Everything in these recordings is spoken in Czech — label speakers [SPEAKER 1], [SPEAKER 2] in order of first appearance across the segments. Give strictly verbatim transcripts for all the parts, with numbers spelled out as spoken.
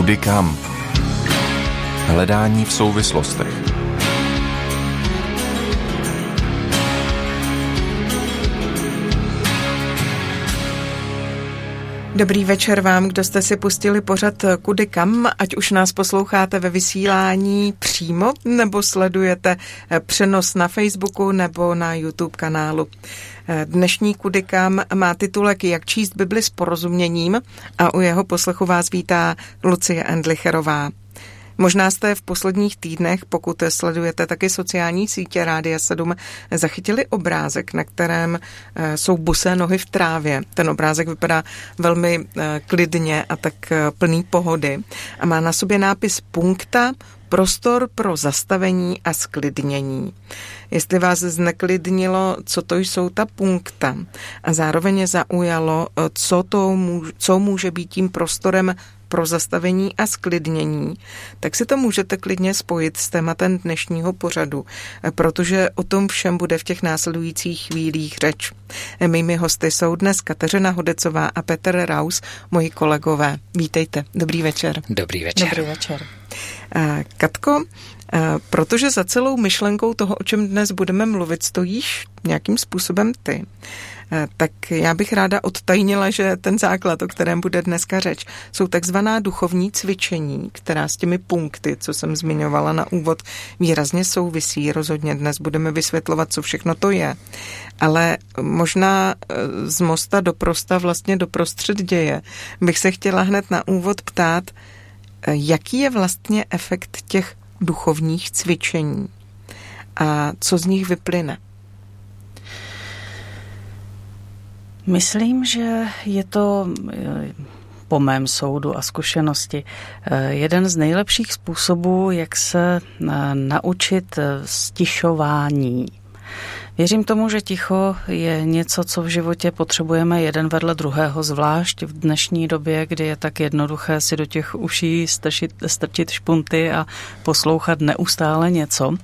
[SPEAKER 1] Kudy kam? Hledání v souvislostech.
[SPEAKER 2] Dobrý večer vám, kdo jste si pustili pořad Kudy kam, ať už nás posloucháte ve vysílání přímo, nebo sledujete přenos na Facebooku nebo na YouTube kanálu. Dnešní Kudy kam má titulek Jak číst Bibli s porozuměním a u jeho poslechu vás vítá Lucie Endlicherová. Možná jste v posledních týdnech, pokud sledujete taky sociální sítě Rádia sedm, zachytili obrázek, na kterém jsou bosé nohy v trávě. Ten obrázek vypadá velmi klidně a tak plný pohody a má na sobě nápis Punkta, prostor pro zastavení a sklidnění. Jestli vás zneklidnilo, co to jsou ta punkta a zároveň zaujalo, co, to může, co může být tím prostorem pro zastavení a sklidnění, tak si to můžete klidně spojit s tématem dnešního pořadu, protože o tom všem bude v těch následujících chvílích řeč. Mými hosty jsou dnes Kateřina Hodecová a Petr Raus, moji kolegové. Vítejte. Dobrý večer.
[SPEAKER 3] Dobrý večer.
[SPEAKER 2] Dobrý večer. Katko, protože za celou myšlenkou toho, o čem dnes budeme mluvit, stojíš nějakým způsobem ty, tak já bych ráda odtajnila, že ten základ, o kterém bude dneska řeč, jsou takzvaná duchovní cvičení, která s těmi punkty, co jsem zmiňovala na úvod, výrazně souvisí. Rozhodně dnes budeme vysvětlovat, co všechno to je. Ale možná z mosta do prosta, vlastně do prostřed děje, bych se chtěla hned na úvod ptát, jaký je vlastně efekt těch duchovních cvičení a co z nich vyplyne?
[SPEAKER 4] Myslím, že je to po mém soudu a zkušenosti jeden z nejlepších způsobů, jak se naučit stišování. Věřím tomu, že ticho je něco, co v životě potřebujeme jeden vedle druhého, zvlášť v dnešní době, kdy je tak jednoduché si do těch uší strčit, strčit špunty a poslouchat neustále něco.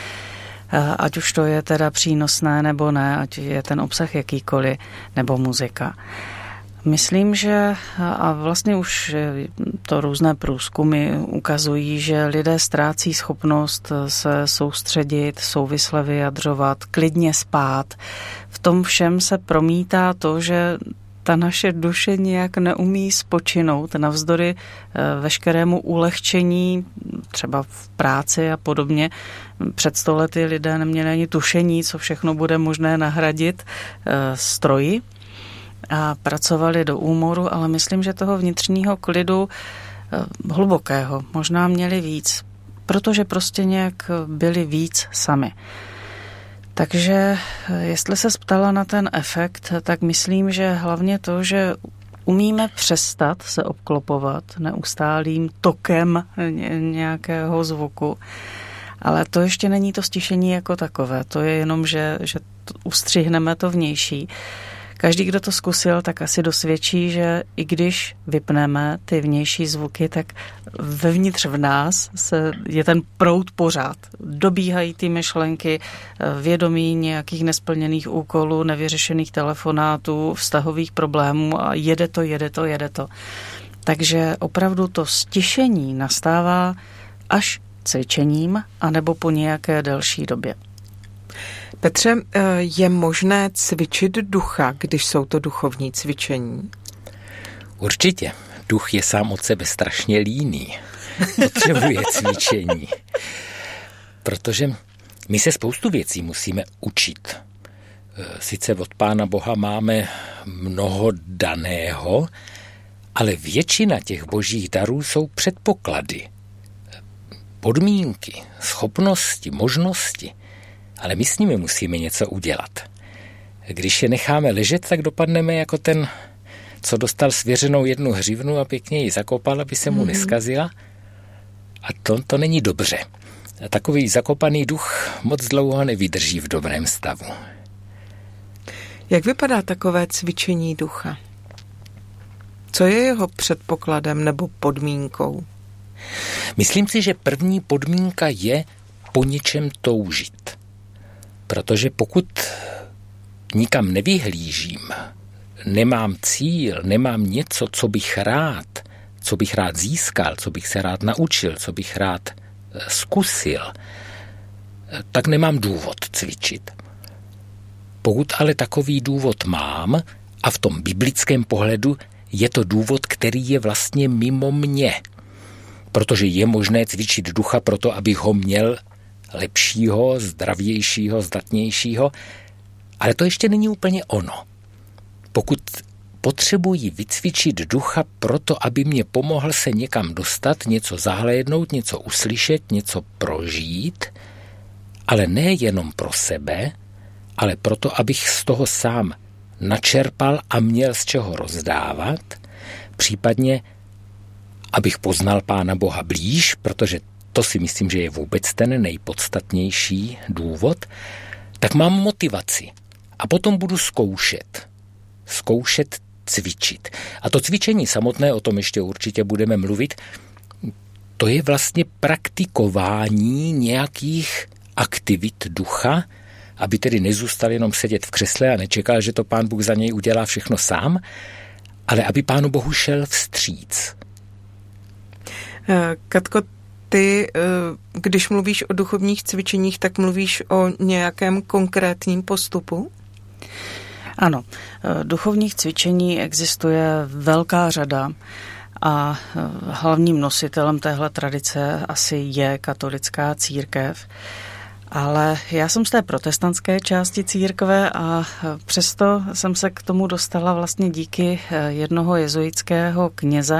[SPEAKER 4] Ať už to je teda přínosné nebo ne, ať je ten obsah jakýkoliv, nebo muzika. Myslím, že a vlastně už to různé průzkumy ukazují, že lidé ztrácí schopnost se soustředit, souvisle vyjadřovat, klidně spát. V tom všem se promítá to, že ta naše duše nějak neumí spočinout navzdory veškerému ulehčení, třeba v práci a podobně. Před sto lety lidé neměli ani tušení, co všechno bude možné nahradit stroji a pracovali do úmoru, ale myslím, že toho vnitřního klidu hlubokého možná měli víc, protože prostě nějak byli víc sami. Takže jestli se ptala na ten efekt, tak myslím, že hlavně to, že umíme přestat se obklopovat neustálým tokem nějakého zvuku, ale to ještě není to stišení jako takové, to je jenom, že, že ustřihneme to vnější. Každý, kdo to zkusil, tak asi dosvědčí, že i když vypneme ty vnější zvuky, tak vevnitř v nás se je ten proud pořád. Dobíhají ty myšlenky, vědomí nějakých nesplněných úkolů, nevyřešených telefonátů, vztahových problémů a jede to, jede to, jede to. Takže opravdu to stišení nastává až cvičením anebo po nějaké delší době.
[SPEAKER 2] Petře, je možné cvičit ducha, když jsou to duchovní cvičení?
[SPEAKER 3] Určitě. Duch je sám od sebe strašně líný. Potřebuje cvičení. Protože my se spoustu věcí musíme učit. Sice od Pána Boha máme mnoho daného, ale většina těch božích darů jsou předpoklady, podmínky, schopnosti, možnosti. Ale my s nimi musíme něco udělat. Když je necháme ležet, tak dopadneme jako ten, co dostal svěřenou jednu hřivnu a pěkně ji zakopal, aby se mu mm-hmm. neskazila. A to, to není dobře. A takový zakopaný duch moc dlouho nevydrží v dobrém stavu.
[SPEAKER 2] Jak vypadá takové cvičení ducha? Co je jeho předpokladem nebo podmínkou?
[SPEAKER 3] Myslím si, že první podmínka je po něčem toužit. Protože pokud nikam nevyhlížím, nemám cíl, nemám něco, co bych rád, co bych rád získal, co bych se rád naučil, co bych rád zkusil, tak nemám důvod cvičit. Pokud ale takový důvod mám, a v tom biblickém pohledu je to důvod, který je vlastně mimo mě, protože je možné cvičit ducha proto, abych ho měl lepšího, zdravějšího, zdatnějšího, ale to ještě není úplně ono. Pokud potřebuji vycvičit ducha proto, aby mě pomohl se někam dostat, něco zahlédnout, něco uslyšet, něco prožít, ale ne jenom pro sebe, ale proto, abych z toho sám načerpal a měl z čeho rozdávat, případně abych poznal Pána Boha blíž, protože to si myslím, že je vůbec ten nejpodstatnější důvod, tak mám motivaci. A potom budu zkoušet. Zkoušet cvičit. A to cvičení samotné, o tom ještě určitě budeme mluvit, to je vlastně praktikování nějakých aktivit ducha, aby tedy nezůstal jenom sedět v křesle a nečekal, že to Pán Bůh za něj udělá všechno sám, ale aby Pánu Bohu šel vstříc.
[SPEAKER 2] Katko, ty, když mluvíš o duchovních cvičeních, tak mluvíš o nějakém konkrétním postupu?
[SPEAKER 4] Ano, duchovních cvičení existuje velká řada a hlavním nositelem téhle tradice asi je katolická církev. Ale já jsem z té protestantské části církve a přesto jsem se k tomu dostala vlastně díky jednoho jezuitského kněze.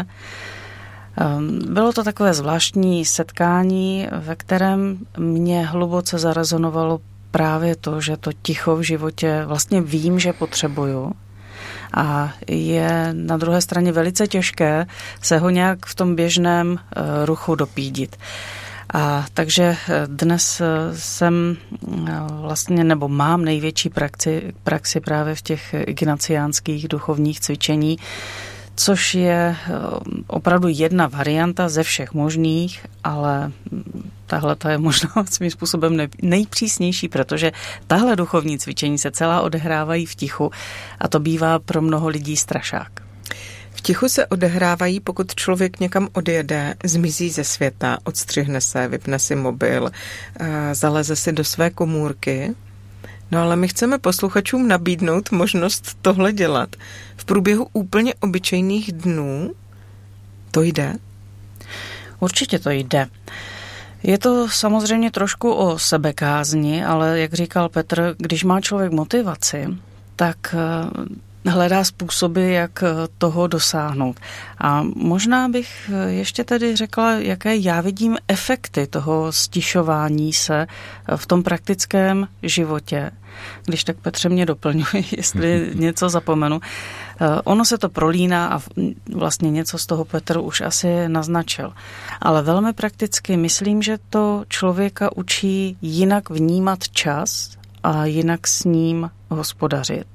[SPEAKER 4] Bylo to takové zvláštní setkání, ve kterém mě hluboce zarezonovalo právě to, že to ticho v životě vlastně vím, že potřebuju. A je na druhé straně velice těžké se ho nějak v tom běžném ruchu dopídit. A takže dnes jsem vlastně, nebo mám největší praxi, praxi právě v těch ignaciánských duchovních cvičení, což je opravdu jedna varianta ze všech možných, ale tahle ta je možná svým způsobem nejpřísnější, protože tahle duchovní cvičení se celá odehrávají v tichu a to bývá pro mnoho lidí strašák.
[SPEAKER 2] V tichu se odehrávají, pokud člověk někam odjede, zmizí ze světa, odstřihne se, vypne si mobil, zaleze si do své komůrky. No ale my chceme posluchačům nabídnout možnost tohle dělat. V průběhu úplně obyčejných dnů to jde?
[SPEAKER 4] Určitě to jde. Je to samozřejmě trošku o sebekázni, ale jak říkal Petr, když má člověk motivaci, tak hledá způsoby, jak toho dosáhnout. A možná bych ještě tedy řekla, jaké já vidím efekty toho stišování se v tom praktickém životě. Když tak Petře mě doplňuji, jestli něco zapomenu. Ono se to prolíná a vlastně něco z toho Petr už asi naznačil. Ale velmi prakticky myslím, že to člověka učí jinak vnímat čas a jinak s ním hospodařit.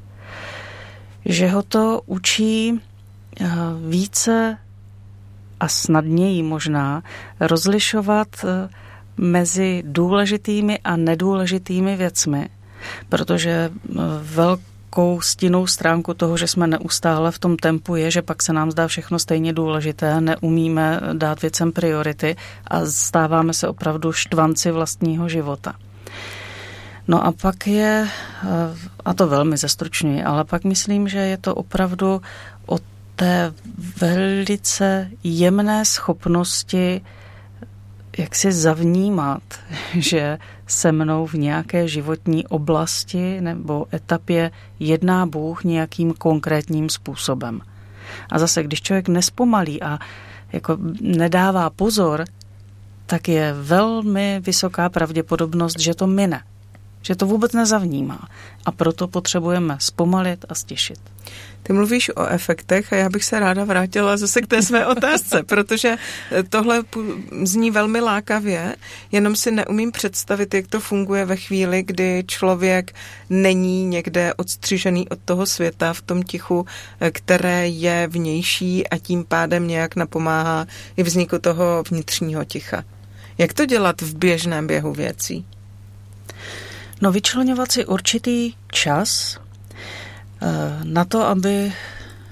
[SPEAKER 4] Že ho to učí více a snadněji možná rozlišovat mezi důležitými a nedůležitými věcmi, protože velkou stinnou stránku toho, že jsme neustále v tom tempu, je, že pak se nám zdá všechno stejně důležité, neumíme dát věcem priority a stáváme se opravdu štvanci vlastního života. No a pak je, a to velmi zestručňuji, ale pak myslím, že je to opravdu o té velice jemné schopnosti, jak si zavnímat, že se mnou v nějaké životní oblasti nebo etapě jedná Bůh nějakým konkrétním způsobem. A zase, když člověk nespomalí a jako nedává pozor, tak je velmi vysoká pravděpodobnost, že to mine. Že to vůbec nezavnímá. A proto potřebujeme zpomalit a stišit.
[SPEAKER 2] Ty mluvíš o efektech a já bych se ráda vrátila zase k té své otázce, protože tohle zní velmi lákavě, jenom si neumím představit, jak to funguje ve chvíli, kdy člověk není někde odstřižený od toho světa v tom tichu, které je vnější a tím pádem nějak napomáhá i vzniku toho vnitřního ticha. Jak to dělat v běžném běhu věcí?
[SPEAKER 4] No, vyčleňovat si určitý čas na to, aby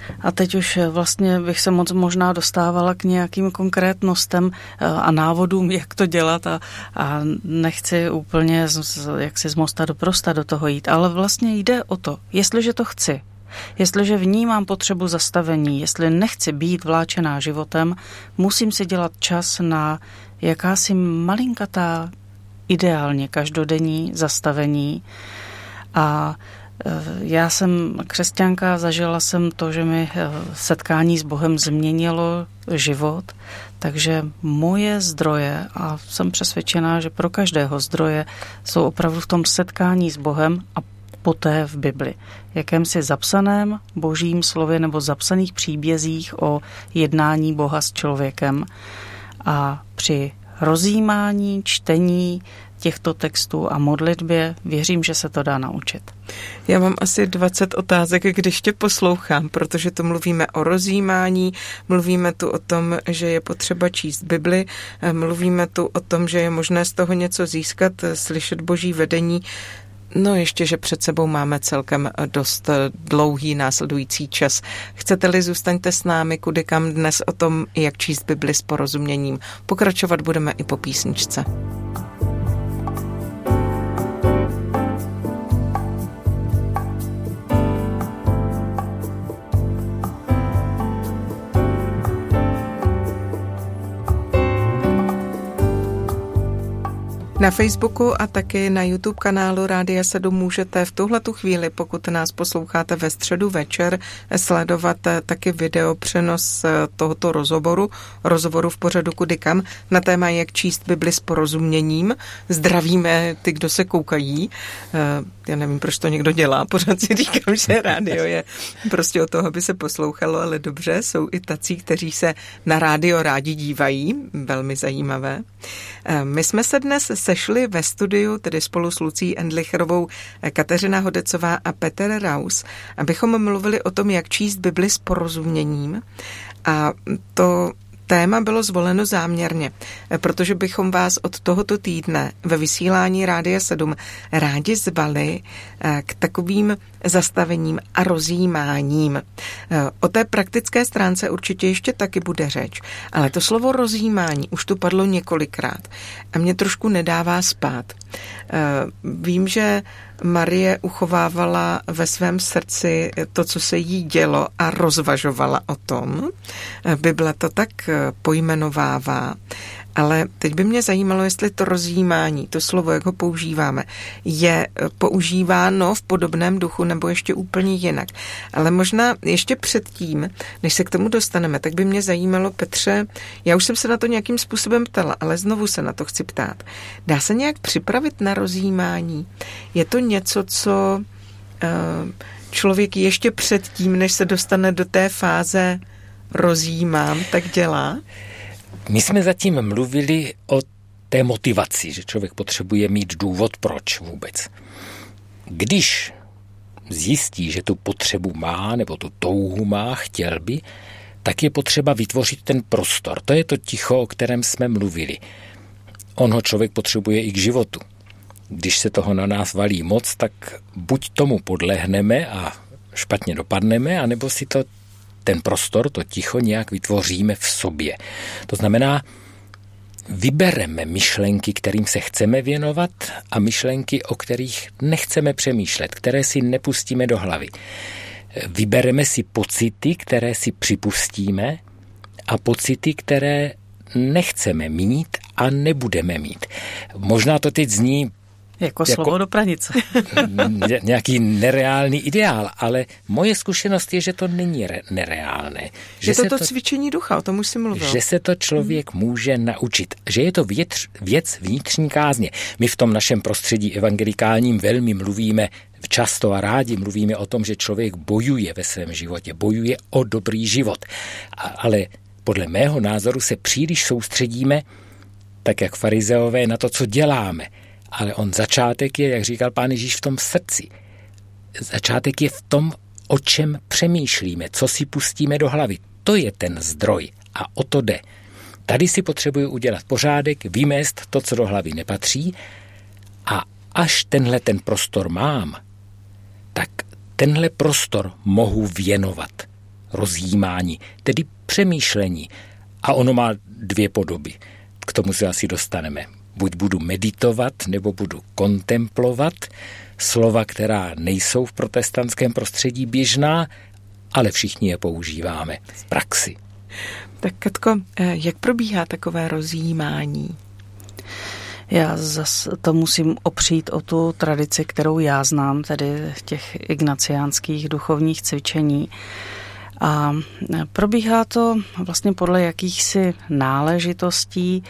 [SPEAKER 4] A teď už vlastně bych se moc možná dostávala k nějakým konkrétnostem a návodům, jak to dělat a, a nechci úplně z, jak si z mosta do prosta do toho jít, ale vlastně jde o to, jestliže to chci, jestliže vnímám potřebu zastavení, jestli nechci být vláčená životem, musím si dělat čas na jakási malinkatá, ideálně každodenní zastavení. A já jsem křesťanka, zažila jsem to, že mi setkání s Bohem změnilo život, takže moje zdroje, a jsem přesvědčená, že pro každého zdroje, jsou opravdu v tom setkání s Bohem a poté v Bibli. Jakémsi zapsaném božím slově nebo zapsaných příbězích o jednání Boha s člověkem. A při rozjímání, čtení těchto textů a modlitbě věřím, že se to dá naučit.
[SPEAKER 2] Já mám asi dvacet otázek, když tě poslouchám, protože tu mluvíme o rozjímání, mluvíme tu o tom, že je potřeba číst Bibli, mluvíme tu o tom, že je možné z toho něco získat, slyšet boží vedení. No ještě, že před sebou máme celkem dost dlouhý následující čas. Chcete-li, zůstaňte s námi, kudy kam dnes o tom, jak číst Bibli s porozuměním. Pokračovat budeme i po písničce. Na Facebooku a taky na YouTube kanálu Rádia sedm můžete v tuhletu chvíli, pokud nás posloucháte ve středu večer, sledovat taky video přenos tohoto rozhovoru, rozhovoru v pořadu Kudy kam, na téma, jak číst Bibli s porozuměním. Zdravíme ty, kdo se koukají. Já nevím, proč to někdo dělá, pořád si říkám, že rádio je prostě o toho, aby se poslouchalo, ale dobře, jsou i tací, kteří se na rádio rádi dívají, velmi zajímavé. My jsme se dnes sešli ve studiu, tedy spolu s Lucí Endlicherovou, Kateřina Hodecová a Petr Raus, abychom mluvili o tom, jak číst Bibli s porozuměním. A to téma bylo zvoleno záměrně, protože bychom vás od tohoto týdne ve vysílání Rádia sedm rádi zvali k takovým zastavením a rozjímáním. O té praktické stránce určitě ještě taky bude řeč, ale to slovo rozjímání už tu padlo několikrát a mě trošku nedává spát. Vím, že Marie uchovávala ve svém srdci to, co se jí dělo a rozvažovala o tom. Bible to tak pojmenovává. Ale teď by mě zajímalo, jestli to rozjímání, to slovo, jak ho používáme, je používáno v podobném duchu nebo ještě úplně jinak. Ale možná ještě předtím, než se k tomu dostaneme, tak by mě zajímalo, Petře, já už jsem se na to nějakým způsobem ptala, ale znovu se na to chci ptát. Dá se nějak připravit na rozjímání? Je to něco, co uh, člověk ještě předtím, než se dostane do té fáze rozjímám, tak dělá?
[SPEAKER 3] My jsme zatím mluvili o té motivaci, že člověk potřebuje mít důvod, proč vůbec. Když zjistí, že tu potřebu má, nebo tu touhu má, chtěl by, tak je potřeba vytvořit ten prostor. To je to ticho, o kterém jsme mluvili. On ho člověk potřebuje i k životu. Když se toho na nás valí moc, tak buď tomu podlehneme a špatně dopadneme, anebo si to ten prostor, to ticho nějak vytvoříme v sobě. To znamená, vybereme myšlenky, kterým se chceme věnovat a myšlenky, o kterých nechceme přemýšlet, které si nepustíme do hlavy. Vybereme si pocity, které si připustíme a pocity, které nechceme mít a nebudeme mít. Možná to teď zní
[SPEAKER 4] Jako slovo jako do pranice.
[SPEAKER 3] Nějaký nereálný ideál, ale moje zkušenost je, že to není re- nereálné. Že
[SPEAKER 2] je to to cvičení ducha, o tom už jsi mluvil.
[SPEAKER 3] Že se to člověk může naučit. Že je to věc, věc vnitřní kázně. My v tom našem prostředí evangelikálním velmi mluvíme, často a rádi mluvíme o tom, že člověk bojuje ve svém životě, bojuje o dobrý život. A, ale podle mého názoru se příliš soustředíme, tak jak farizeové, na to, co děláme. Ale on začátek je, jak říkal Pán Ježíš, v tom srdci. Začátek je v tom, o čem přemýšlíme, co si pustíme do hlavy. To je ten zdroj a o to jde. Tady si potřebuji udělat pořádek, vymést to, co do hlavy nepatří a až tenhle ten prostor mám, tak tenhle prostor mohu věnovat rozjímání, tedy přemýšlení. A ono má dvě podoby. K tomu se asi dostaneme. Buď budu meditovat, nebo budu kontemplovat. Slova, která nejsou v protestantském prostředí běžná, ale všichni je používáme v praxi.
[SPEAKER 2] Tak Katko, jak probíhá takové rozjímání?
[SPEAKER 4] Já zase to musím opřít o tu tradici, kterou já znám, tedy těch ignaciánských duchovních cvičení. A probíhá to vlastně podle jakýchsi náležitostí.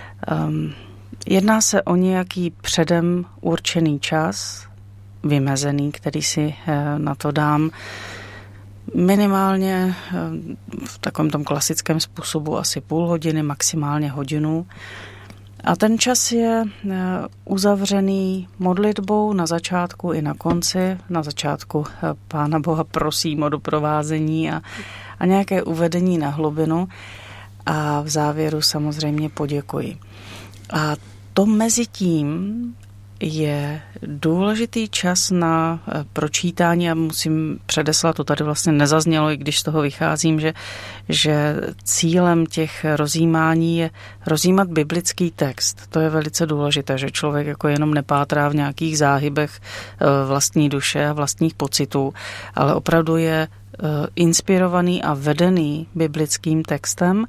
[SPEAKER 4] Jedná se o nějaký předem určený čas, vymezený, který si na to dám. Minimálně v takovém tom klasickém způsobu asi půl hodiny, maximálně hodinu. A ten čas je uzavřený modlitbou na začátku i na konci. Na začátku Pána Boha prosím o doprovázení a, a nějaké uvedení na hlubinu a v závěru samozřejmě poděkuji. A to mezi tím je důležitý čas na pročítání a musím předeslat, to tady vlastně nezaznělo, i když z toho vycházím, že, že cílem těch rozjímání je rozjímat biblický text. To je velice důležité, že člověk jako jenom nepátrá v nějakých záhybech vlastní duše a vlastních pocitů, ale opravdu je inspirovaný a vedený biblickým textem,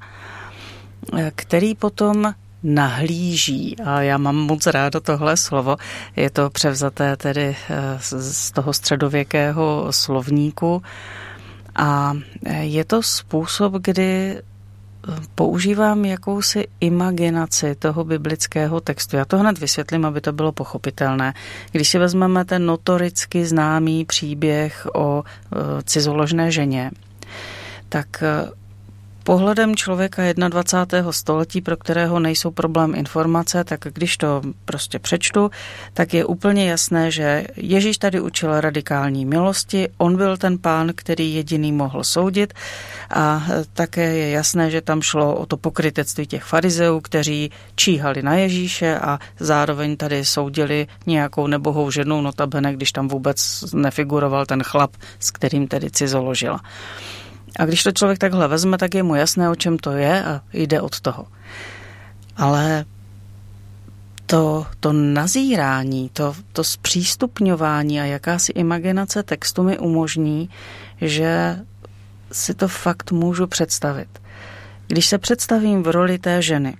[SPEAKER 4] který potom nahlíží, a já mám moc ráda tohle slovo, je to převzaté tedy z toho středověkého slovníku a je to způsob, kdy používám jakousi imaginaci toho biblického textu. Já to hned vysvětlím, aby to bylo pochopitelné. Když si vezmeme ten notoricky známý příběh o cizoložné ženě, tak pohledem člověka dvacátého prvního století, pro kterého nejsou problém informace, tak když to prostě přečtu, tak je úplně jasné, že Ježíš tady učil radikální milosti, on byl ten pán, který jediný mohl soudit a také je jasné, že tam šlo o to pokrytectví těch farizeů, kteří číhali na Ježíše a zároveň tady soudili nějakou nebohou ženu, notabene, když tam vůbec nefiguroval ten chlap, s kterým tedy cizoložila. A když to člověk takhle vezme, tak je mu jasné, o čem to je a jde od toho. Ale to, to nazírání, to, to zpřístupňování a jakási imaginace textu mi umožní, že si to fakt můžu představit. Když se představím v roli té ženy,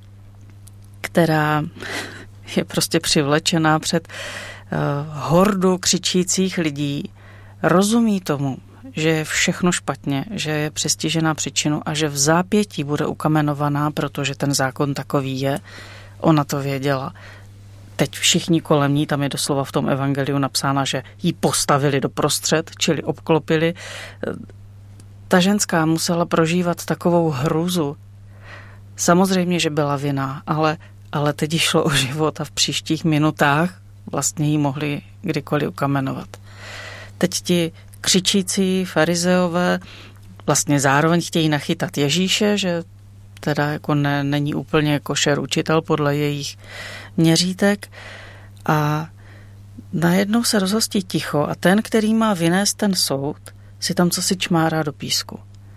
[SPEAKER 4] která je prostě přivlečená před uh, hordu křičících lidí, rozumí tomu, že je všechno špatně, že je přistižená příčinu a že v zápětí bude ukamenovaná, protože ten zákon takový je. Ona to věděla. Teď všichni kolem ní, tam je doslova v tom evangeliu napsána, že ji postavili do prostřed, čili obklopili. Ta ženská musela prožívat takovou hruzu. Samozřejmě, že byla vinná, ale, ale teď šlo o život a v příštích minutách vlastně ji mohli kdykoliv ukamenovat. Teď ti křičící farizeové vlastně zároveň chtějí nachytat Ježíše, že teda jako ne, není úplně košer učitel podle jejich měřítek a najednou se rozhostí ticho a ten, který má vynést ten soud, si tam co si čmárá do písku.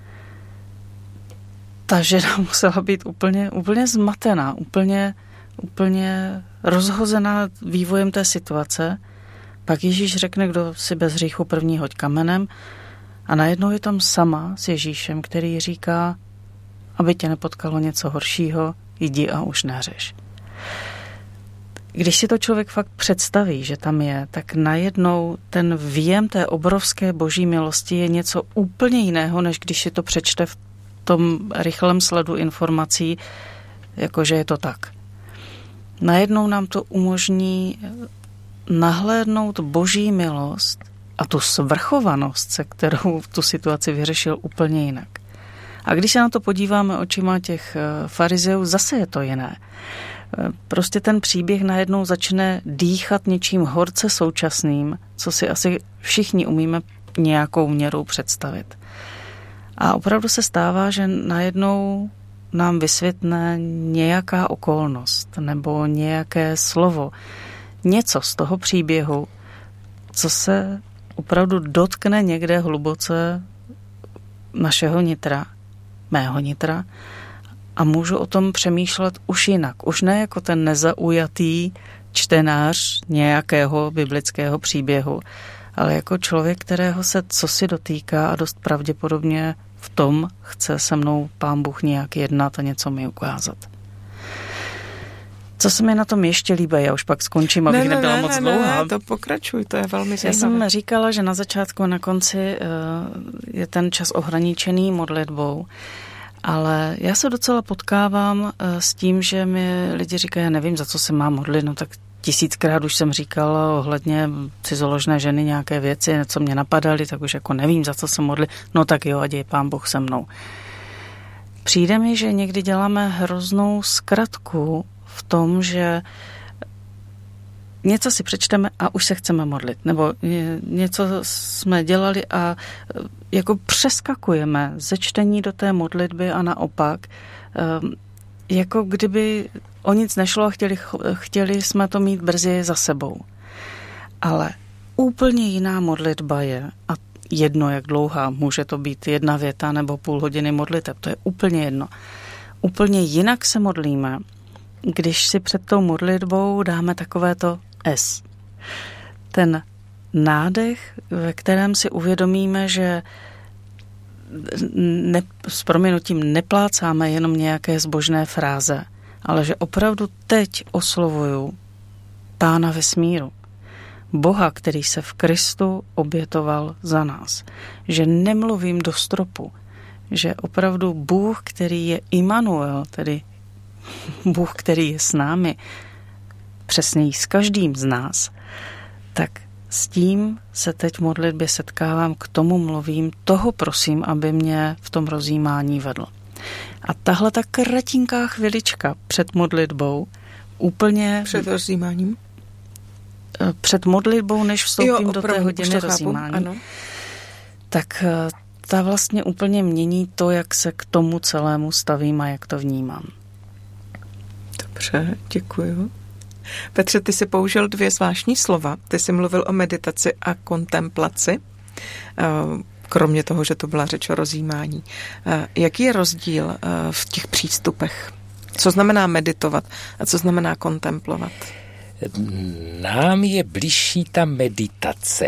[SPEAKER 4] Ta žena musela být úplně, úplně zmatená, úplně, úplně rozhozená vývojem té situace. Pak Ježíš řekne, kdo si bez hříchu první hoď kamenem a najednou je tam sama s Ježíšem, který říká, aby tě nepotkalo něco horšího, jdi a už neřeš. Když si to člověk fakt představí, že tam je, tak najednou ten věm té obrovské boží milosti je něco úplně jiného, než když si to přečte v tom rychlém sledu informací, jakože je to tak. Najednou nám to umožní nahlédnout boží milost a tu svrchovanost, se kterou tu situaci vyřešil úplně jinak. A když se na to podíváme očima těch farizeů, zase je to jiné. Prostě ten příběh najednou začne dýchat něčím horce současným, co si asi všichni umíme nějakou měrou představit. A opravdu se stává, že najednou nám vysvětne nějaká okolnost nebo nějaké slovo, něco z toho příběhu, co se opravdu dotkne někde hluboce našeho nitra, mého nitra, a můžu o tom přemýšlet už jinak. Už ne jako ten nezaujatý čtenář nějakého biblického příběhu, ale jako člověk, kterého se cosi dotýká a dost pravděpodobně v tom chce se mnou Pán Bůh nějak jednat a něco mi ukázat. Co se mi na tom ještě líbí, já už pak skončím, abych ne, ne, nebyla
[SPEAKER 2] ne,
[SPEAKER 4] moc
[SPEAKER 2] ne,
[SPEAKER 4] dlouhá.
[SPEAKER 2] Ne, to pokračuj, to je velmi zajímavé.
[SPEAKER 4] Já jsem říkala, že na začátku a na konci je ten čas ohraničený modlitbou, ale já se docela potkávám s tím, že mi lidi říkají, já nevím, za co se mám modlit, no tak tisíckrát už jsem říkala ohledně cizoložné ženy nějaké věci, co mě napadaly, tak už jako nevím, za co se modlit, no tak jo, ať je Pán Bůh se mnou. Přijde mi, že někdy děláme hroznou zkratku v tom, že něco si přečteme a už se chceme modlit. Nebo něco jsme dělali a jako přeskakujeme ze čtení do té modlitby a naopak, jako kdyby o nic nešlo a chtěli, chtěli jsme to mít brzy za sebou. Ale úplně jiná modlitba je, a jedno jak dlouhá, může to být jedna věta nebo půl hodiny modliteb, to je úplně jedno. Úplně jinak se modlíme, když si před tou modlitbou dáme takovéto S. Ten nádech, ve kterém si uvědomíme, že ne, s prominutím neplácáme jenom nějaké zbožné fráze, ale že opravdu teď oslovuju Pána vesmíru. Boha, který se v Kristu obětoval za nás. Že nemluvím do stropu. Že opravdu Bůh, který je Immanuel, tedy Bůh, který je s námi, přesněji s každým z nás, tak s tím se teď v modlitbě setkávám, k tomu mluvím, toho prosím, aby mě v tom rozjímání vedl. A tahle ta kratinká chvilička před modlitbou, úplně...
[SPEAKER 2] Před rozjímáním?
[SPEAKER 4] Před modlitbou, než vstoupím jo, do té hodiny rozjímání. Ano. Tak ta vlastně úplně mění to, jak se k tomu celému stavím a jak to vnímám.
[SPEAKER 2] Dobře, děkuju. Petře, ty jsi použil dvě zvláštní slova. Ty jsi mluvil o meditaci a kontemplaci, kromě toho, že to byla řeč o rozjímání. Jaký je rozdíl v těch přístupech? Co znamená meditovat a co znamená kontemplovat?
[SPEAKER 3] Nám je bližší ta meditace.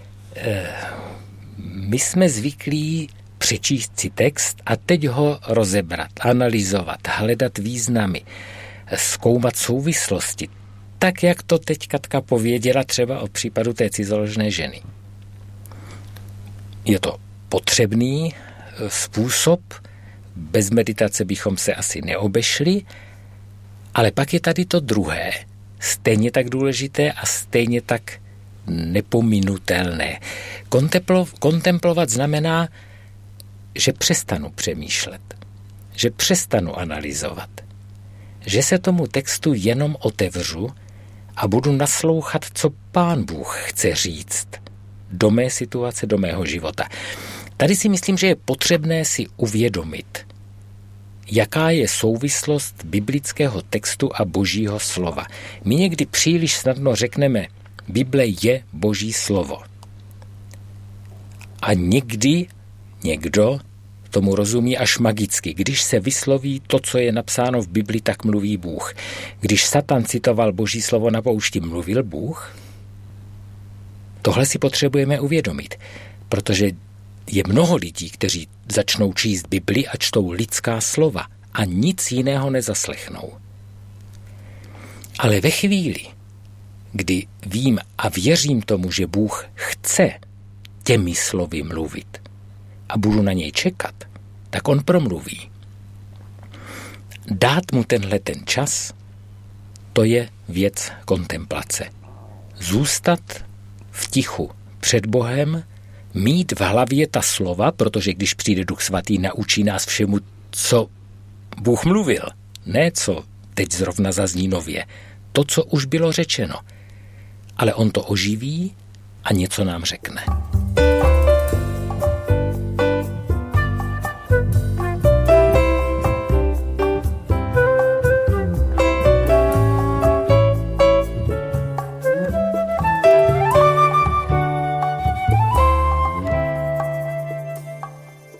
[SPEAKER 3] My jsme zvyklí přečíst si text a teď ho rozebrat, analyzovat, hledat významy, zkoumat souvislosti, tak jak to teď Katka pověděla třeba o případu té cizoložné ženy. Je to potřebný způsob, bez meditace bychom se asi neobešli, ale pak je tady to druhé, stejně tak důležité a stejně tak nepominutelné. Kontemplo, kontemplovat znamená, že přestanu přemýšlet, že přestanu analyzovat, že se tomu textu jenom otevřu a budu naslouchat, co Pán Bůh chce říct do mé situace, do mého života. Tady si myslím, že je potřebné si uvědomit, jaká je souvislost biblického textu a Božího slova. My někdy příliš snadno řekneme, Bible je Boží slovo. A někdy někdo tomu rozumí až magicky. Když se vysloví to, co je napsáno v Bibli, tak mluví Bůh. Když Satan citoval Boží slovo na poušti, mluvil Bůh? Tohle si potřebujeme uvědomit, protože je mnoho lidí, kteří začnou číst Bibli a čtou lidská slova a nic jiného nezaslechnou. Ale ve chvíli, kdy vím a věřím tomu, že Bůh chce těmi slovy mluvit a budu na něj čekat, tak on promluví. Dát mu tenhle ten čas, to je věc kontemplace. Zůstat v tichu před Bohem, mít v hlavě ta slova, protože když přijde Duch Svatý, naučí nás všemu, co Bůh mluvil, ne co teď zrovna zazní nově, to, co už bylo řečeno. Ale on to oživí a něco nám řekne.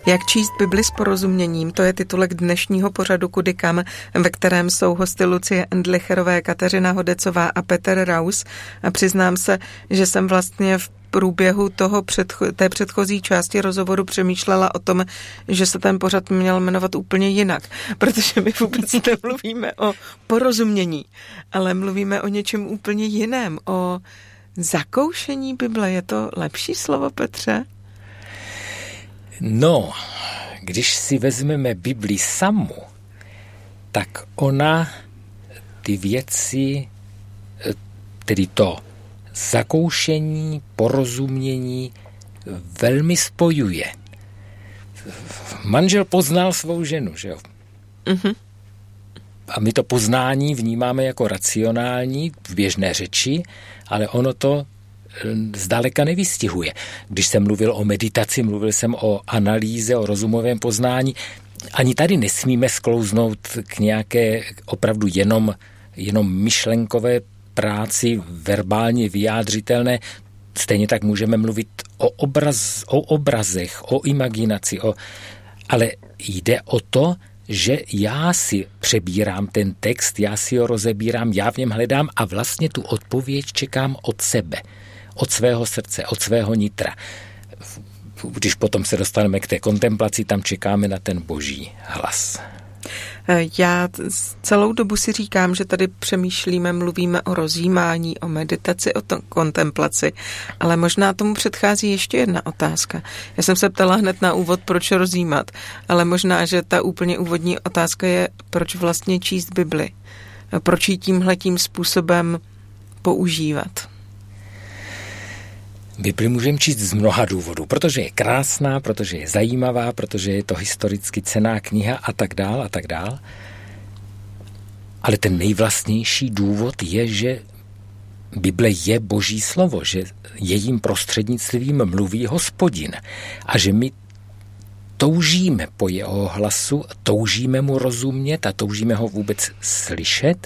[SPEAKER 2] Jak číst Bibli s porozuměním, to je titulek dnešního pořadu Kudy kam, ve kterém jsou hosty Lucie Endlicherové, Kateřina Hodecová a Petr Raus. A přiznám se, že jsem vlastně v průběhu toho předcho- té předchozí části rozhovoru přemýšlela o tom, že se ten pořad měl jmenovat úplně jinak, protože my vůbec nemluvíme o porozumění, ale mluvíme o něčem úplně jiném, o zakoušení Bible. Je to lepší slovo, Petře?
[SPEAKER 3] No, když si vezmeme Bibli samu, tak ona ty věci, tedy to zakoušení, porozumění velmi spojuje. Manžel poznal svou ženu, že jo? Mm-hmm. A my to poznání vnímáme jako racionální v běžné řeči, ale ono to zdaleka nevystihuje. Když jsem mluvil o meditaci, mluvil jsem o analýze, o rozumovém poznání. Ani tady nesmíme sklouznout k nějaké opravdu jenom, jenom myšlenkové práci, verbálně vyjádřitelné. Stejně tak můžeme mluvit o, obraz, o obrazech, o imaginaci, o, ale jde o to, že já si přebírám ten text, já si ho rozebírám, já v něm hledám a vlastně tu odpověď čekám od sebe, od svého srdce, od svého nitra. Když potom se dostaneme k té kontemplaci, tam čekáme na ten boží hlas.
[SPEAKER 2] Já celou dobu si říkám, že tady přemýšlíme, mluvíme o rozjímání, o meditaci, o tom kontemplaci, ale možná tomu předchází ještě jedna otázka. Já jsem se ptala hned na úvod, proč rozjímat, ale možná, že ta úplně úvodní otázka je, proč vlastně číst Bibli. Proč ji tímhletím způsobem používat.
[SPEAKER 3] Bibli můžeme číst z mnoha důvodů, protože je krásná, protože je zajímavá, protože je to historicky cenná kniha a tak dál a tak dál. Ale ten nejvlastnější důvod je, že Bible je boží slovo, že jejím prostřednictvím mluví Hospodin a že my toužíme po jeho hlasu, toužíme mu rozumět a toužíme ho vůbec slyšet.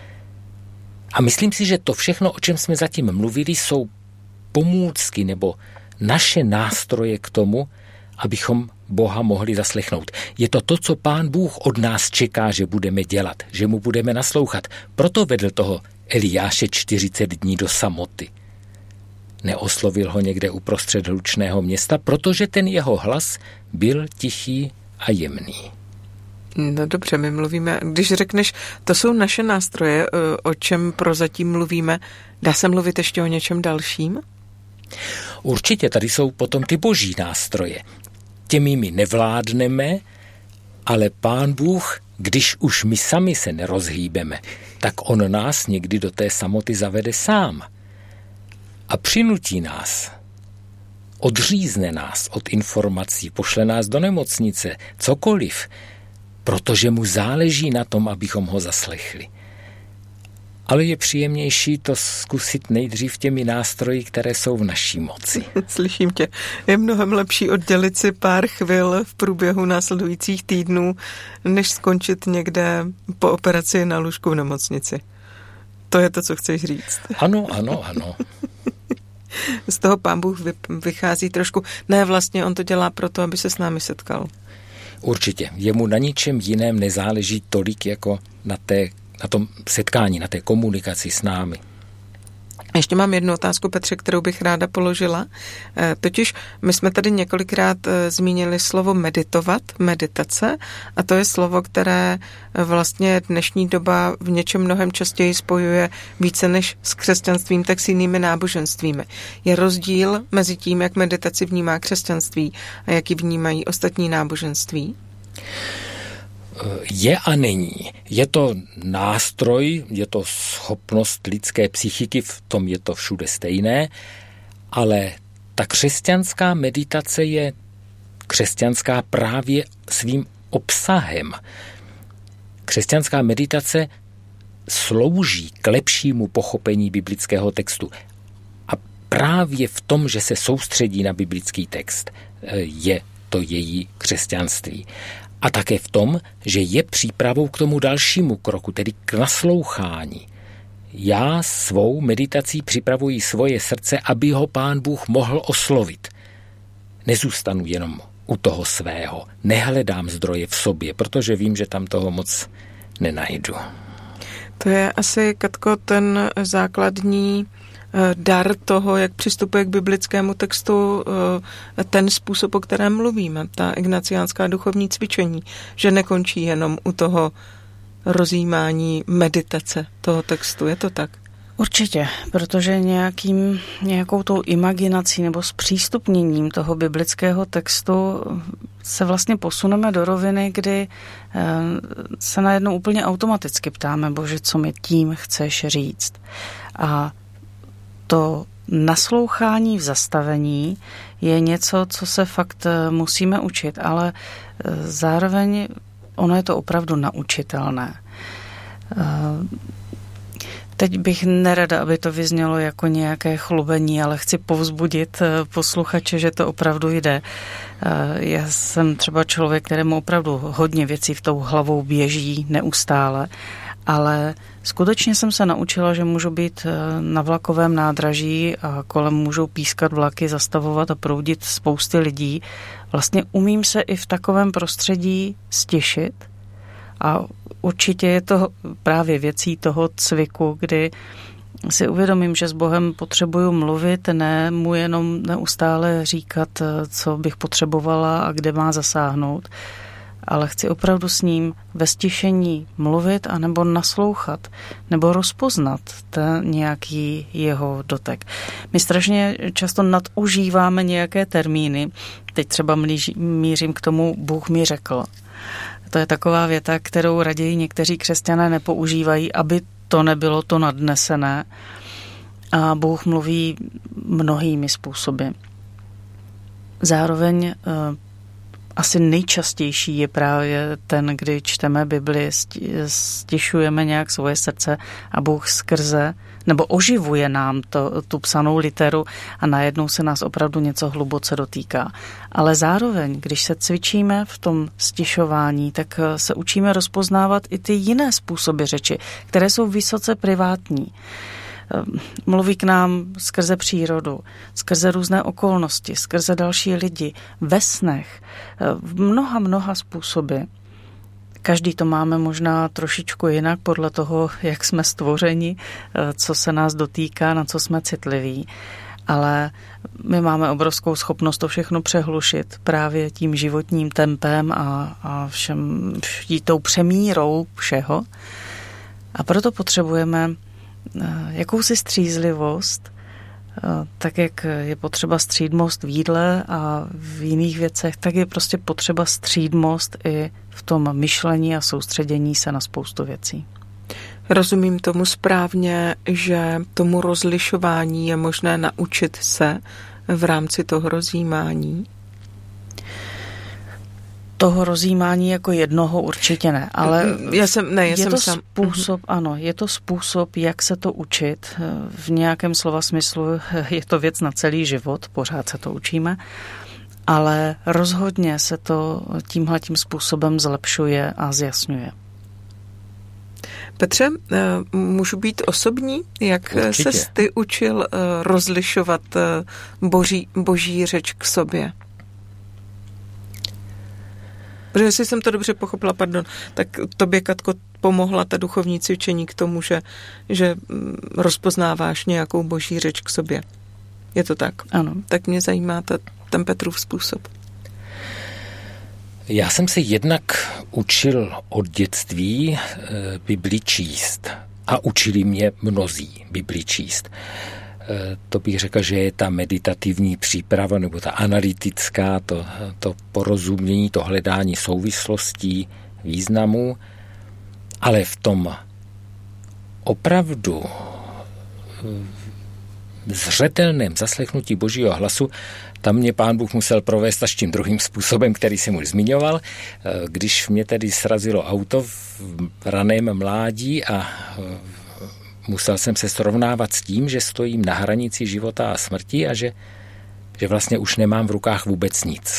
[SPEAKER 3] A myslím si, že to všechno, o čem jsme zatím mluvili, jsou pomůcky nebo naše nástroje k tomu, abychom Boha mohli zaslechnout. Je to to, co Pán Bůh od nás čeká, že budeme dělat, že mu budeme naslouchat. Proto vedl toho Eliáše čtyřicet dní do samoty. Neoslovil ho někde uprostřed hlučného města, protože ten jeho hlas byl tichý a jemný.
[SPEAKER 2] No dobře, my mluvíme, když řekneš, to jsou naše nástroje, o čem prozatím mluvíme, dá se mluvit ještě o něčem dalším?
[SPEAKER 3] Určitě, tady jsou potom ty boží nástroje. Těmi my nevládneme, ale Pán Bůh, když už my sami se nerozhýbeme, tak on nás někdy do té samoty zavede sám a přinutí nás, odřízne nás od informací, pošle nás do nemocnice, cokoliv, protože mu záleží na tom, abychom ho zaslechli. Ale je příjemnější to zkusit nejdřív těmi nástroji, které jsou v naší moci.
[SPEAKER 2] Slyším tě. Je mnohem lepší oddělit si pár chvil v průběhu následujících týdnů, než skončit někde po operaci na lůžku v nemocnici. To je to, co chceš říct.
[SPEAKER 3] Ano, ano, ano.
[SPEAKER 2] Z toho Pán Bůh vychází trošku. Ne, vlastně on to dělá proto, aby se s námi setkal.
[SPEAKER 3] Určitě. Jemu na ničem jiném nezáleží tolik, jako na, té, na tom setkání, na té komunikaci s námi.
[SPEAKER 2] Ještě mám jednu otázku, Petře, kterou bych ráda položila. Totiž my jsme tady několikrát zmínili slovo meditovat, meditace, a to je slovo, které vlastně dnešní doba v něčem mnohem častěji spojuje více než s křesťanstvím, tak s jinými náboženstvími. Je rozdíl mezi tím, jak meditaci vnímá křesťanství a jak ji vnímají ostatní náboženství?
[SPEAKER 3] Je a není. Je to nástroj, je to schopnost lidské psychiky, v tom je to všude stejné, ale ta křesťanská meditace je křesťanská právě svým obsahem. Křesťanská meditace slouží k lepšímu pochopení biblického textu. A právě v tom, že se soustředí na biblický text, je to její křesťanství. A také v tom, že je přípravou k tomu dalšímu kroku, tedy k naslouchání. Já svou meditací připravuji svoje srdce, aby ho Pán Bůh mohl oslovit. Nezůstanu jenom u toho svého. Nehledám zdroje v sobě, protože vím, že tam toho moc nenajdu.
[SPEAKER 2] To je asi, Katko, ten základní dar toho, jak přistupuje k biblickému textu, ten způsob, o kterém mluvíme, ta ignaciánská duchovní cvičení, že nekončí jenom u toho rozjímání meditace toho textu. Je to tak?
[SPEAKER 4] Určitě, protože nějakým, nějakou tou imaginací nebo zpřístupněním toho biblického textu se vlastně posuneme do roviny, kdy se najednou úplně automaticky ptáme, Bože, co mi tím chceš říct. A to naslouchání v zastavení je něco, co se fakt musíme učit, ale zároveň ono je to opravdu naučitelné. Teď bych nerada, aby to vyznělo jako nějaké chlubení, ale chci povzbudit posluchače, že to opravdu jde. Já jsem třeba člověk, kterému opravdu hodně věcí v tou hlavou běží neustále, ale skutečně jsem se naučila, že můžu být na vlakovém nádraží a kolem můžou pískat vlaky, zastavovat a proudit spousty lidí. Vlastně umím se i v takovém prostředí stěšit a určitě je to právě věcí toho cviku, kdy si uvědomím, že s Bohem potřebuju mluvit, ne mu jenom neustále říkat, co bych potřebovala a kde má zasáhnout, ale chci opravdu s ním ve stišení mluvit anebo naslouchat, nebo rozpoznat ten nějaký jeho dotek. My strašně často nadužíváme nějaké termíny. Teď třeba mířím k tomu, Bůh mi řekl. To je taková věta, kterou raději někteří křesťané nepoužívají, aby to nebylo to nadnesené. A Bůh mluví mnohými způsoby. Zároveň asi nejčastější je právě ten, kdy čteme Bibli, stišujeme nějak svoje srdce a Bůh skrze, nebo oživuje nám to, tu psanou literu a najednou se nás opravdu něco hluboce dotýká. Ale zároveň, když se cvičíme v tom stišování, tak se učíme rozpoznávat i ty jiné způsoby řeči, které jsou vysoce privátní. Mluví k nám skrze přírodu, skrze různé okolnosti, skrze další lidi, ve snech, v mnoha, mnoha způsoby. Každý to máme možná trošičku jinak podle toho, jak jsme stvořeni, co se nás dotýká, na co jsme citliví. Ale my máme obrovskou schopnost to všechno přehlušit právě tím životním tempem a, a všem, tou přemírou všeho. A proto potřebujeme jakousi střízlivost, tak jak je potřeba střídmost v jídle a v jiných věcech, tak je prostě potřeba střídmost i v tom myšlení a soustředění se na spoustu věcí.
[SPEAKER 2] Rozumím tomu správně, že tomu rozlišování je možné naučit se v rámci toho rozjímání?
[SPEAKER 4] Toho rozjímání jako jednoho určitě ne, ale
[SPEAKER 2] já jsem, ne, já
[SPEAKER 4] je
[SPEAKER 2] jsem
[SPEAKER 4] to
[SPEAKER 2] sam...
[SPEAKER 4] způsob, ano, je to způsob, jak se to učit. V nějakém slova smyslu je to věc na celý život, pořád se to učíme, ale rozhodně se to tímhletím způsobem zlepšuje a zjasňuje.
[SPEAKER 2] Petře, můžu být osobní? Jak
[SPEAKER 3] Určitě.
[SPEAKER 2] ses ty učil rozlišovat boží, boží řeč k sobě? Protože jestli jsem to dobře pochopila, pardon, tak tobě, Katko, pomohla ta duchovní cvičení k tomu, že, že rozpoznáváš nějakou boží řeč k sobě. Je to tak?
[SPEAKER 4] Ano.
[SPEAKER 2] Tak mě zajímá ta, ten Petrův způsob.
[SPEAKER 3] Já jsem se jednak učil od dětství e, Bibli číst a učili mě mnozí Bibli číst. E, to bych řekl, že je ta meditativní příprava nebo ta analytická, to, to porozumění, to hledání souvislostí, významů, ale v tom opravdu zřetelném zaslechnutí Božího hlasu, tam mě Pán Bůh musel provést až tím druhým způsobem, který jsem už zmiňoval. Když mě tedy srazilo auto v raném mládí a musel jsem se srovnávat s tím, že stojím na hranici života a smrti a že, že vlastně už nemám v rukách vůbec nic.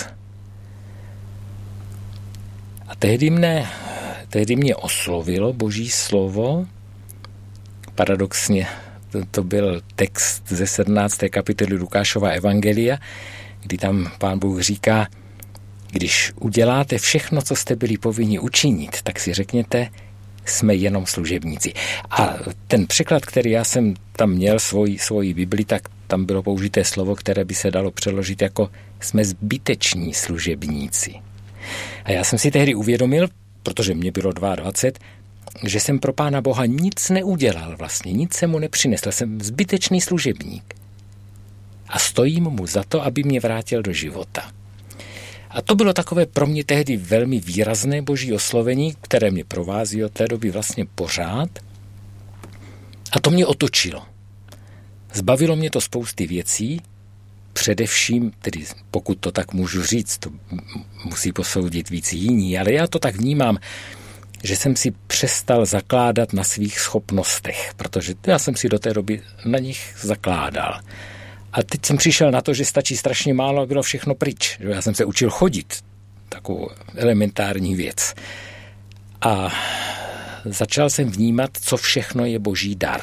[SPEAKER 3] A tehdy mě, tehdy mě oslovilo Boží slovo. Paradoxně to, to byl text ze sedmnácté kapitoly Lukášova evangelia, kdy tam Pán Bůh říká: když uděláte všechno, co jste byli povinni učinit, tak si řekněte, jsme jenom služebníci. A ten překlad, který já jsem tam měl, svoji, svoji Bibli, tak tam bylo použité slovo, které by se dalo přeložit jako jsme zbyteční služebníci. A já jsem si tehdy uvědomil, protože mě bylo dvacet dva, že jsem pro Pána Boha nic neudělal vlastně, nic jsem mu nepřinesl, jsem zbytečný služebník. A stojím mu za to, aby mě vrátil do života. A to bylo takové pro mě tehdy velmi výrazné boží oslovení, které mě provází od té doby vlastně pořád. A to mě otočilo. Zbavilo mě to spousty věcí, především, tedy pokud to tak můžu říct, to musí posoudit víc jiní, ale já to tak vnímám, že jsem si přestal zakládat na svých schopnostech, protože já jsem si do té doby na nich zakládal. A teď jsem přišel na to, že stačí strašně málo a bylo všechno pryč. Já jsem se učil chodit, takovou elementární věc. A začal jsem vnímat, co všechno je boží dar.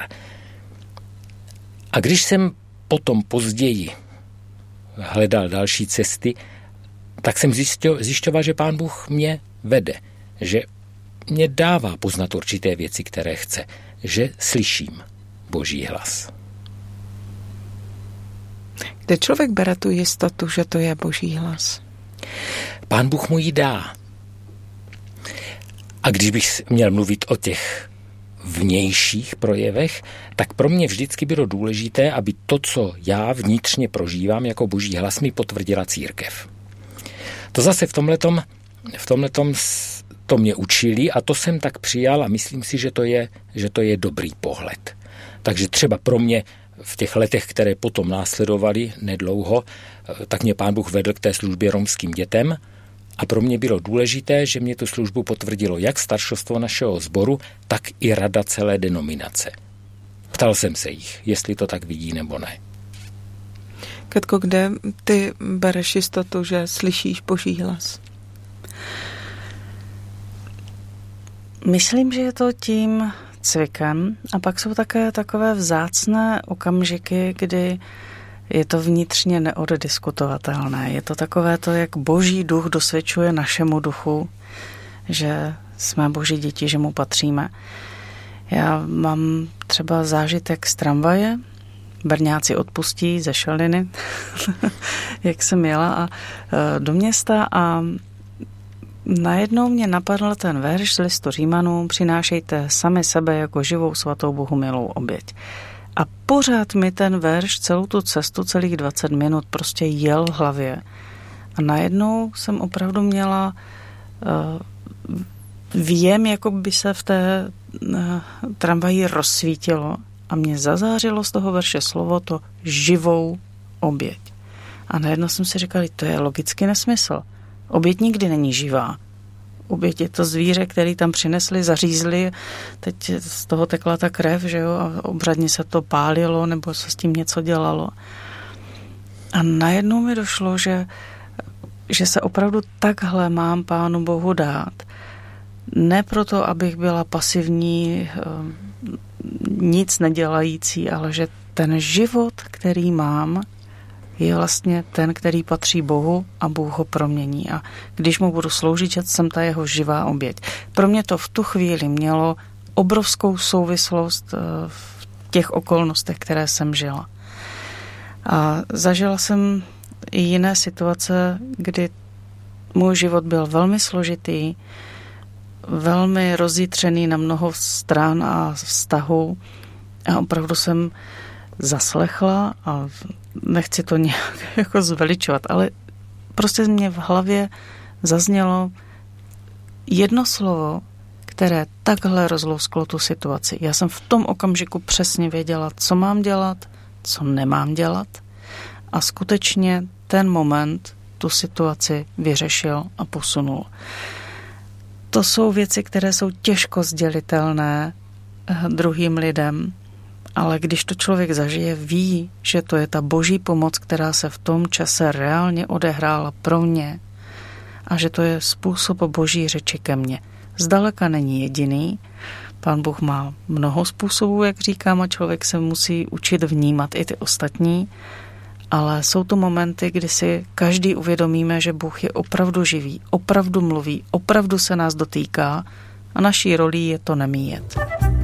[SPEAKER 3] A když jsem potom později hledal další cesty, tak jsem zjišťoval, že Pán Bůh mě vede, že mě dává poznat určité věci, které chce, že slyším boží hlas.
[SPEAKER 2] Kde člověk bere tu jistotu, že to je boží hlas?
[SPEAKER 3] Pán Bůh mu ji dá. A když bych měl mluvit o těch vnějších projevech, tak pro mě vždycky bylo důležité, aby to, co já vnitřně prožívám jako boží hlas, mi potvrdila církev. To zase v tomhletom, v tomhletom to mě učili a to jsem tak přijal a myslím si, že to je, že to je dobrý pohled. Takže třeba pro mě v těch letech, které potom následovaly nedlouho, tak mě Pán Bůh vedl k té službě romským dětem a pro mě bylo důležité, že mě tu službu potvrdilo jak staršostvo našeho sboru, tak i rada celé denominace. Ptal jsem se jich, jestli to tak vidí nebo ne.
[SPEAKER 2] Katko, kde ty bereš jistotu, že slyšíš boží hlas?
[SPEAKER 4] Myslím, že je to tím cvikem a pak jsou také takové vzácné okamžiky, kdy je to vnitřně neoddiskutovatelné. Je to takové to, jak boží duch dosvědčuje našemu duchu, že jsme boží děti, že mu patříme. Já mám třeba zážitek z tramvaje, Brňáci odpustí ze Šaliny, jak jsem jela a, do města a najednou mě napadl ten verš z listu Římanů, přinášejte sami sebe jako živou svatou Bohu milou oběť. A pořád mi ten verš celou tu cestu, celých dvacet minut prostě jel v hlavě. A najednou jsem opravdu měla uh, věm, jako by se v té uh, tramvaji rozsvítilo a mě zazářilo z toho verše slovo to živou oběť. A najednou jsem si říkala, to je logicky nesmysl. Oběť nikdy není živá. Oběť je to zvíře, který tam přinesli, zařízli, teď z toho tekla ta krev, že jo, a obřadně se to pálilo, nebo se s tím něco dělalo. A najednou mi došlo, že, že se opravdu takhle mám Pánu Bohu dát. Ne proto, abych byla pasivní, nic nedělající, ale že ten život, který mám, je vlastně ten, který patří Bohu a Bůh ho promění. A když mu budu sloužit, že jsem ta jeho živá oběť. Pro mě to v tu chvíli mělo obrovskou souvislost v těch okolnostech, které jsem žila. A zažila jsem i jiné situace, kdy můj život byl velmi složitý, velmi rozjitřený na mnoho stran a vztahů a opravdu jsem zaslechla a nechci to nějak jako zveličovat, ale prostě mě v hlavě zaznělo jedno slovo, které takhle rozlousklo tu situaci. Já jsem v tom okamžiku přesně věděla, co mám dělat, co nemám dělat a skutečně ten moment tu situaci vyřešil a posunul. To jsou věci, které jsou těžko sdělitelné druhým lidem, ale když to člověk zažije, ví, že to je ta boží pomoc, která se v tom čase reálně odehrála pro mě a že to je způsob boží řeči ke mně. Zdaleka není jediný. Pán Bůh má mnoho způsobů, jak říkám, a člověk se musí učit vnímat i ty ostatní, ale jsou to momenty, kdy si každý uvědomíme, že Bůh je opravdu živý, opravdu mluví, opravdu se nás dotýká a naší rolí je to nemíjet.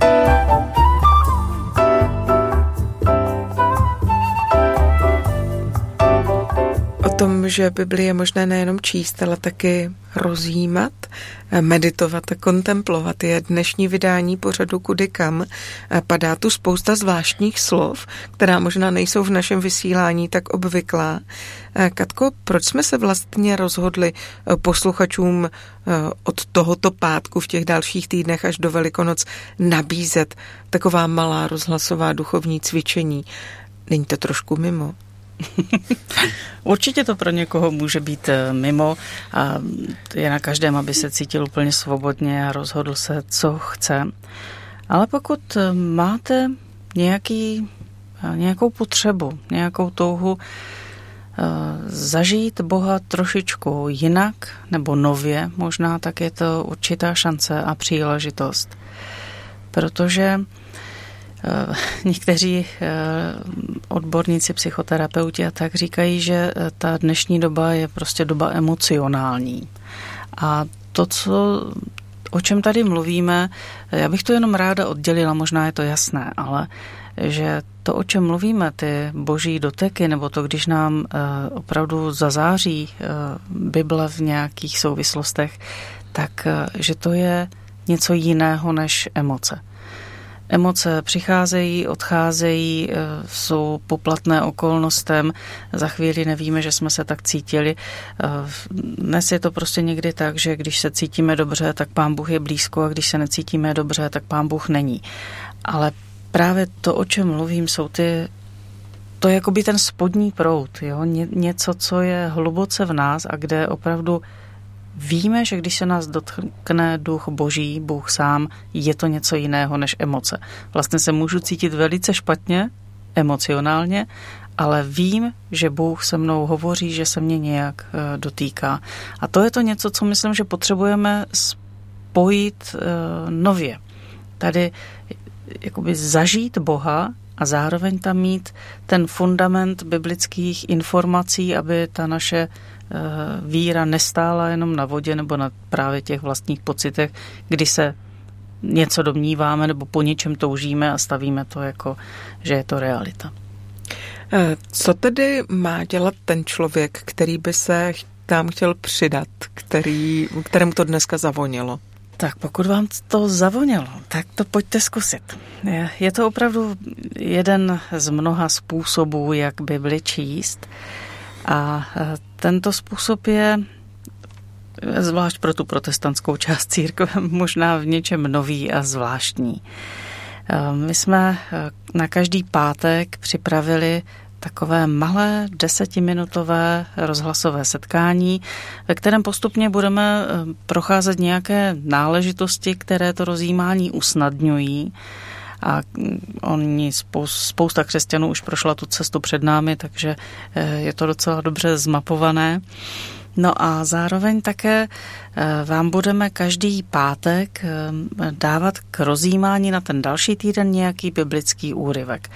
[SPEAKER 2] O tom, že Bibli je možné nejenom číst, ale taky rozjímat, meditovat a kontemplovat, je dnešní vydání pořadu Kudy kam. Padá tu spousta zvláštních slov, která možná nejsou v našem vysílání tak obvyklá. Katko, proč jsme se vlastně rozhodli posluchačům od tohoto pátku v těch dalších týdnech až do Velikonoc nabízet taková malá rozhlasová duchovní cvičení? Není to trošku mimo?
[SPEAKER 4] Určitě to pro někoho může být mimo a je na každém, aby se cítil úplně svobodně a rozhodl se, co chce. Ale pokud máte nějaký, nějakou potřebu, nějakou touhu zažít Boha trošičku jinak nebo nově, možná tak je to určitá šance a příležitost. Protože někteří odborníci, psychoterapeuti a tak říkají, že ta dnešní doba je prostě doba emocionální. A to, co, o čem tady mluvíme, já bych to jenom ráda oddělila, možná je to jasné, ale že to, o čem mluvíme, ty boží doteky, nebo to, když nám opravdu zazáří Bible v nějakých souvislostech, tak že to je něco jiného než emoce. Emoce přicházejí, odcházejí, jsou poplatné okolnostem, za chvíli nevíme, že jsme se tak cítili. Dnes je to prostě někdy tak, že když se cítíme dobře, tak Pán Bůh je blízko a když se necítíme dobře, tak Pán Bůh není. Ale právě to, o čem mluvím, jsou ty, to je jakoby ten spodní proud, jo? Ně, něco, co je hluboce v nás a kde opravdu víme, že když se nás dotkne duch boží, Bůh sám, je to něco jiného než emoce. Vlastně se můžu cítit velice špatně, emocionálně, ale vím, že Bůh se mnou hovoří, že se mě nějak dotýká. A to je to něco, co myslím, že potřebujeme spojit nově. Tady jakoby zažít Boha a zároveň tam mít ten fundament biblických informací, aby ta naše víra nestála jenom na vodě nebo na právě těch vlastních pocitech, kdy se něco domníváme nebo po něčem toužíme a stavíme to jako, že je to realita.
[SPEAKER 2] Co tedy má dělat ten člověk, který by se tam chtěl přidat, který, kterému to dneska zavonilo?
[SPEAKER 4] Tak pokud vám to zavonělo, tak to pojďte zkusit. Je to opravdu jeden z mnoha způsobů, jak Bibli číst. A tento způsob je, zvlášť pro tu protestantskou část církve, možná v něčem nový a zvláštní. My jsme na každý pátek připravili takové malé desetiminutové rozhlasové setkání, ve kterém postupně budeme procházet nějaké náležitosti, které to rozjímání usnadňují. A oni, spousta křesťanů už prošla tu cestu před námi, takže je to docela dobře zmapované. No a zároveň také vám budeme každý pátek dávat k rozjímání na ten další týden nějaký biblický úryvek.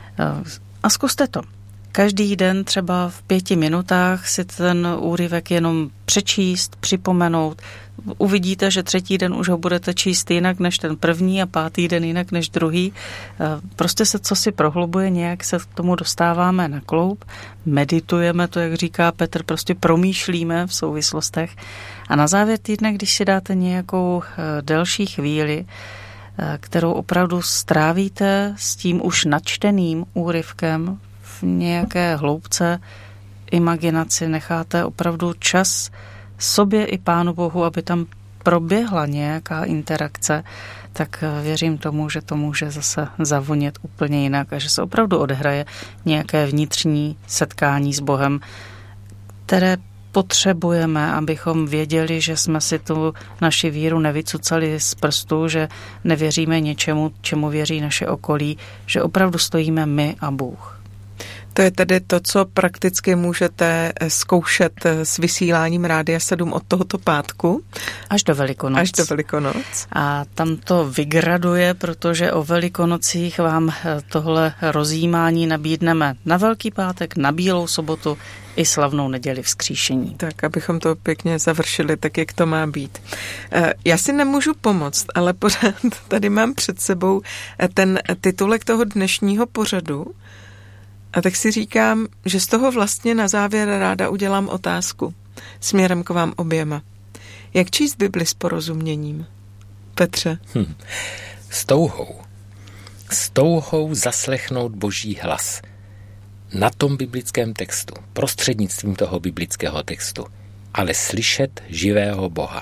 [SPEAKER 4] A zkuste to. Každý den třeba v pěti minutách si ten úryvek jenom přečíst, připomenout. Uvidíte, že třetí den už ho budete číst jinak než ten první a pátý den jinak než druhý. Prostě se co si prohlubuje, nějak se k tomu dostáváme na kloub, meditujeme to, jak říká Petr, prostě promýšlíme v souvislostech a na závěr týdne, když si dáte nějakou delší chvíli, kterou opravdu strávíte s tím už načteným úryvkem v nějaké hloubce imaginaci, necháte opravdu čas sobě i Pánu Bohu, aby tam proběhla nějaká interakce, tak věřím tomu, že to může zase zavonět úplně jinak a že se opravdu odehraje nějaké vnitřní setkání s Bohem, které potřebujeme, abychom věděli, že jsme si tu naši víru nevycucali z prstu, že nevěříme něčemu, čemu věří naše okolí, že opravdu stojíme my a Bůh.
[SPEAKER 2] To je tedy to, co prakticky můžete zkoušet s vysíláním Rádia sedm od tohoto pátku.
[SPEAKER 4] Až do Velikonoc.
[SPEAKER 2] Až do Velikonoc.
[SPEAKER 4] A tam to vygraduje, protože o Velikonocích vám tohle rozjímání nabídneme na Velký pátek, na Bílou sobotu i slavnou neděli vzkříšení.
[SPEAKER 2] Tak, abychom to pěkně završili, tak jak to má být. Já si nemůžu pomoct, ale pořád tady mám před sebou ten titulek toho dnešního pořadu. A tak si říkám, že z toho vlastně na závěr ráda udělám otázku směrem k vám oběma. Jak číst Bibli s porozuměním? Petře?
[SPEAKER 3] Hm. S touhou. S touhou zaslechnout Boží hlas. Na tom biblickém textu, prostřednictvím toho biblického textu, ale slyšet živého Boha.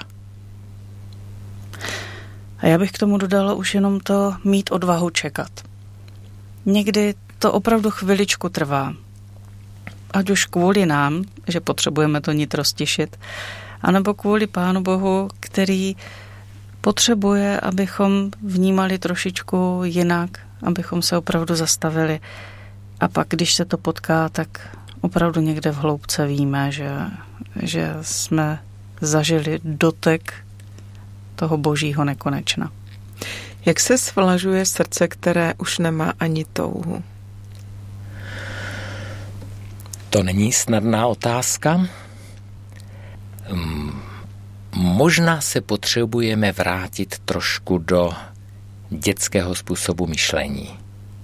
[SPEAKER 4] A já bych k tomu dodala už jenom to mít odvahu čekat. Někdy to opravdu chviličku trvá. Ať už kvůli nám, že potřebujeme to nit roztišit, anebo kvůli Pánu Bohu, který potřebuje, abychom vnímali trošičku jinak, abychom se opravdu zastavili. A pak, když se to potká, tak opravdu někde v hloubce víme, že, že jsme zažili dotek toho Božího nekonečna.
[SPEAKER 2] Jak se svlažuje srdce, které už nemá ani touhu?
[SPEAKER 3] To není snadná otázka. Možná se potřebujeme vrátit trošku do dětského způsobu myšlení.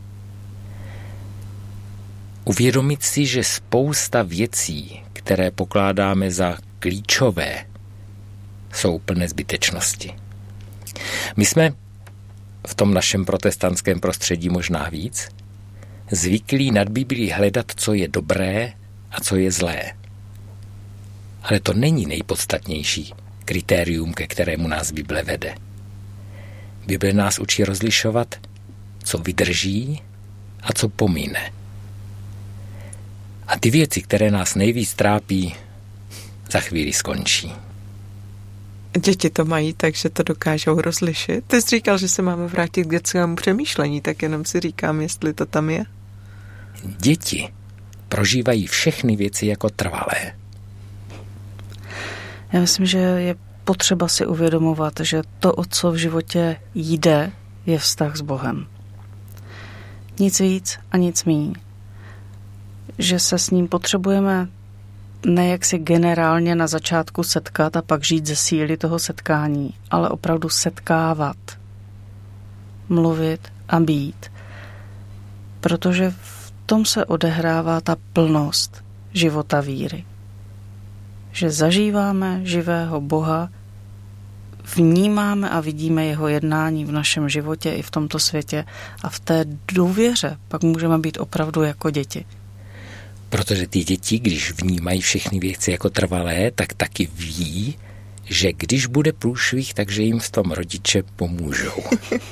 [SPEAKER 3] Uvědomit si, že spousta věcí, které pokládáme za klíčové, jsou plné zbytečnosti. My jsme v tom našem protestantském prostředí možná víc zvyklí nad Biblí hledat, co je dobré a co je zlé. Ale to není nejpodstatnější kritérium, ke kterému nás Bible vede. Bible nás učí rozlišovat, co vydrží a co pomine. A ty věci, které nás nejvíc trápí, za chvíli skončí.
[SPEAKER 2] Děti to mají, takže to dokážou rozlišit. Ty jsi říkal, že se máme vrátit k dětskému přemýšlení, tak jenom si říkám, jestli to tam je.
[SPEAKER 3] Děti prožívají všechny věci jako trvalé.
[SPEAKER 4] Já myslím, že je potřeba si uvědomovat, že to, o co v životě jde, je vztah s Bohem. Nic víc a nic míň. Že se s ním potřebujeme ne jak si generálně na začátku setkat a pak žít ze síly toho setkání, ale opravdu setkávat, mluvit a být. Protože v tom se odehrává ta plnost života víry. Že zažíváme živého Boha, vnímáme a vidíme jeho jednání v našem životě i v tomto světě a v té důvěře pak můžeme být opravdu jako děti.
[SPEAKER 3] Protože ty děti, když vnímají všechny věci jako trvalé, tak taky ví, že když bude průšvih, takže jim v tom rodiče pomůžou.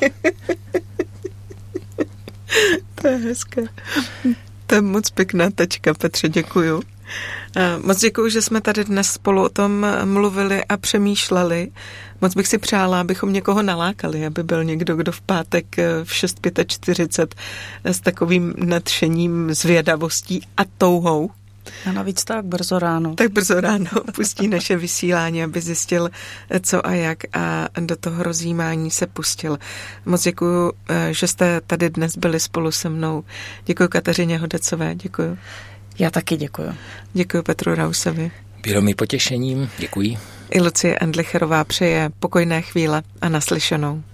[SPEAKER 2] To je hezké. To je moc pěkná tečka, Petře, děkuju. Moc děkuju, že jsme tady dnes spolu o tom mluvili a přemýšleli. Moc bych si přála, abychom někoho nalákali, aby byl někdo, kdo v pátek v šest čtyřicet pět s takovým nadšením, zvědavostí a touhou.
[SPEAKER 4] A navíc tak brzo ráno.
[SPEAKER 2] Tak brzo ráno pustí naše vysílání, aby zjistil, co a jak a do toho rozjímání se pustil. Moc děkuju, že jste tady dnes byli spolu se mnou. Děkuju Kateřině Hodecové, děkuju.
[SPEAKER 4] Já taky děkuju.
[SPEAKER 2] Děkuju Petru Rausovi.
[SPEAKER 3] Bylo mi potěšením, děkuji.
[SPEAKER 2] I Lucie Endlicherová přeje pokojné chvíle a naslyšenou.